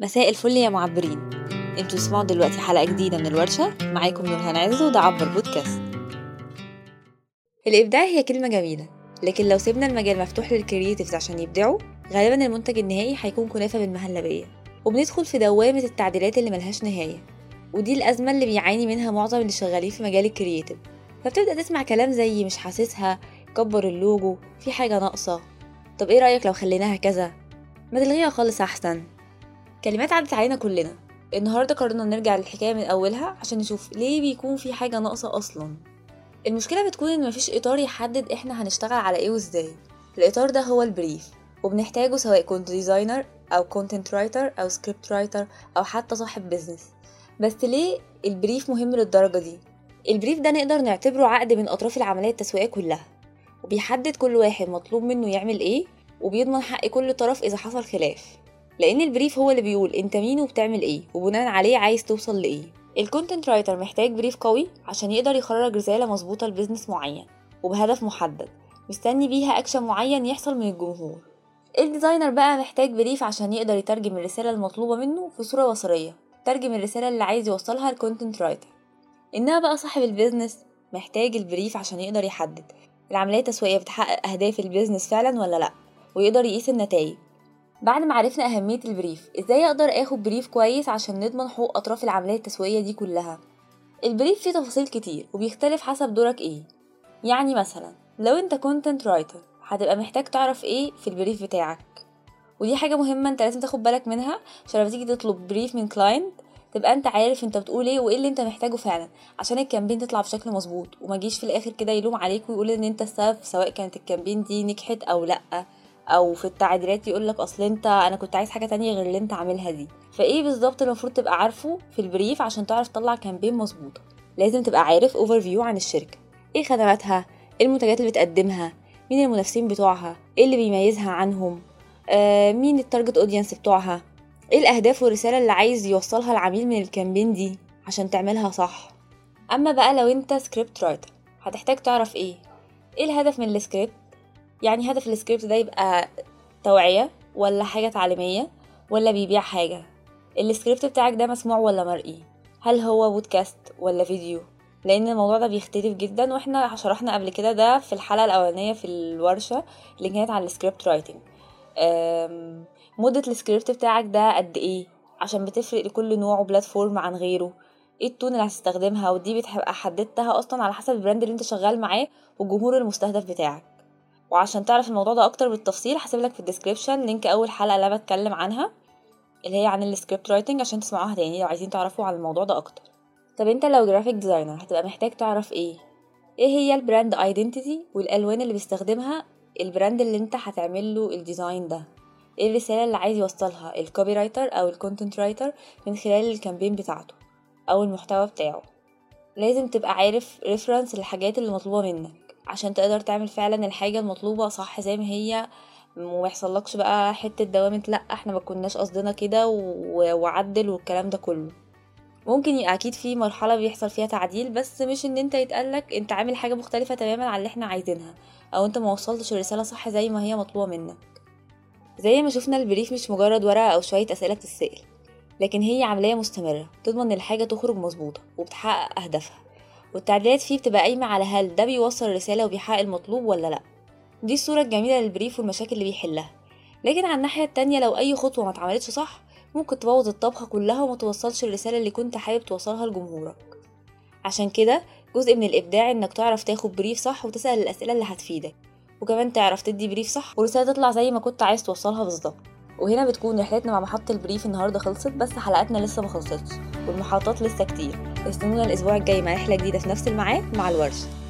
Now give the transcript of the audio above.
مساء الفل يا معبرين. انتوا تسمعوا دلوقتي حلقة جديدة من الورشة. معاكم نورهان عز وده عبر بودكاست. الإبداع هي كلمة جميلة، لكن لو سيبنا المجال مفتوح للكرياتيفز عشان يبدعوا غالبا المنتج النهائي هيكون كنافة بالمهلبية، وبندخل في دوامة التعديلات اللي ملهاش نهاية. ودي الأزمة اللي بيعاني منها معظم اللي شغالين في مجال الكرياتيف. فبتبدأ تسمع كلام زي مش حاسسها، كبر اللوجو، في حاجة ناقصة، طب ايه رأيك لو خليناها كذا، ما تلغيها خالص أحسن. كلمات عدت علينا كلنا. النهاردة قررنا نرجع للحكاية من أولها عشان نشوف ليه بيكون في حاجة ناقصة أصلا. المشكلة بتكون إن مفيش إطار يحدد إحنا هنشتغل على إيه وإزاي. الإطار ده هو البريف، وبنحتاجه سواء كنت ديزاينر أو كونتنت رايتر أو سكريبت رايتر أو حتى صاحب بيزنس. بس ليه البريف مهم للدرجة دي؟ البريف ده نقدر نعتبره عقد من أطراف العملية التسويقية كلها، وبيحدد كل واحد مطلوب منه يعمل إيه، وبيضمن حق كل طرف إذا حصل خلاف. لان البريف هو اللي بيقول انت مين وبتعمل ايه، وبناء عليه عايز توصل لايه. الكونتنت رايتر محتاج بريف قوي عشان يقدر يخرج رساله مظبوطه لبزنس معين وبهدف محدد مستني بيها اكشن معين يحصل من الجمهور. الديزاينر بقى محتاج بريف عشان يقدر يترجم الرساله المطلوبه منه في صوره بصريه ترجم الرساله اللي عايز يوصلها الكونتنت رايتر. انما بقى صاحب البيزنس محتاج البريف عشان يقدر يحدد العمليه التسويقيه بتحقق اهداف البيزنس فعلا ولا لا، ويقدر يقيس النتائج. بعد ما عرفنا أهمية البريف، إزاي أقدر أخد بريف كويس عشان نضمن حقوق أطراف العملية التسويقية دي كلها؟ البريف فيه تفاصيل كتير وبيختلف حسب دورك إيه. يعني مثلا لو أنت كونتنت رايتر هتبقى محتاج تعرف إيه في البريف بتاعك، ودي حاجة مهمة أنت لازم تاخد بالك منها عشان لما تيجي تطلب بريف من كلاينت تبقى أنت عارف أنت بتقول إيه وإيه اللي أنت محتاجه فعلا، عشان الكامبين تطلع بشكل مظبوط وما جيش في الآخر كده يلوم عليك ويقول إن أنت السبب سواء كانت الكامبين دي نجحت أو لأ، او في التعديلات يقولك اصل انا كنت عايز حاجه تانية غير اللي انت عاملها دي. فايه بالظبط المفروض تبقى عارفه في البريف عشان تعرف تطلع كامبين مظبوطه؟ لازم تبقى عارف اوفر فيو عن الشركه، ايه خدماتها، ايه المنتجات اللي بتقدمها، مين المنافسين بتوعها، ايه اللي بيميزها عنهم، مين التارجت اودينس بتوعها، ايه الاهداف والرساله اللي عايز يوصلها العميل من الكامبين دي عشان تعملها صح. اما بقى لو انت سكريبت رايتر هتحتاج تعرف ايه الهدف من السكريبت. يعني هدف السكريبت ده يبقى توعية ولا حاجة تعليمية ولا بيبيع حاجة. السكريبت بتاعك ده مسموع ولا مرئي، هل هو بودكاست ولا فيديو، لان الموضوع ده بيختلف جدا واحنا شرحنا قبل كده ده في الحلقة الاولانية في الورشة اللي كانت عن السكريبت رايتنج. مدة السكريبت بتاعك ده قد ايه عشان بتفرق لكل نوع وبلاتفورم عن غيره. ايه التون اللي هتستخدمها، ودي بتبقى حددتها اصلا على حسب البراند اللي انت شغال معاه والجمهور المستهدف بتاعك. وعشان تعرف الموضوع ده اكتر بالتفصيل هسيبلك في الديسكريبشن لينك اول حلقه اللي انا بتكلم عنها اللي هي عن السكريبت رايتنج عشان تسمعوها تاني لو عايزين تعرفوا عن الموضوع ده اكتر. طب انت لو جرافيك ديزاينر هتبقى محتاج تعرف ايه هي البراند ايدنتيتي والالوان اللي بيستخدمها البراند اللي انت هتعمل له الديزاين ده، ايه الرساله اللي عايز يوصلها الكوبي رايتر او الكونتنت رايتر من خلال الكامبين بتاعته او المحتوى بتاعه. لازم تبقى عارف ريفرنس للحاجات اللي مطلوبه منك عشان تقدر تعمل فعلا الحاجة المطلوبة صح زي ما هي، وميحصلكش بقى حتة دوامة لا احنا ما كناش قصدنا كده وعدل والكلام ده كله. ممكن يبقى اكيد في مرحلة بيحصل فيها تعديل، بس مش ان انت يتقالك انت عامل حاجة مختلفة تماما عن اللي احنا عايزينها او انت ما وصلتش الرسالة صح زي ما هي مطلوبة منك. زي ما شفنا البريف مش مجرد ورقة او شوية اسئلة بتتسأل، لكن هي عملية مستمرة تضمن ان الحاجة تخرج مظبوطة وبتحقق اهدافها، والتعديلات فيه بتبقى قايمة على هل ده بيوصل الرسالة وبيحقق المطلوب ولا لأ. دي الصورة الجميلة للبريف والمشاكل اللي بيحلها. لكن على الناحية التانية لو أي خطوة ما اتعملتش صح ممكن تبوظ الطبخة كلها وما توصلش الرسالة اللي كنت حابب توصلها لجمهورك. عشان كده جزء من الإبداع إنك تعرف تاخد بريف صح وتسأل الأسئلة اللي هتفيدك، وكمان تعرف تدي بريف صح ورسالة تطلع زي ما كنت عايز توصلها بالظبط. وهنا بتكون رحلتنا مع محطة البريف النهاردة خلصت، بس حلقاتنا لسه ما خلصتش والمحطات لسه كتير. استنونا الأسبوع الجاي مع رحلة جديدة في نفس الميعاد مع الورشة.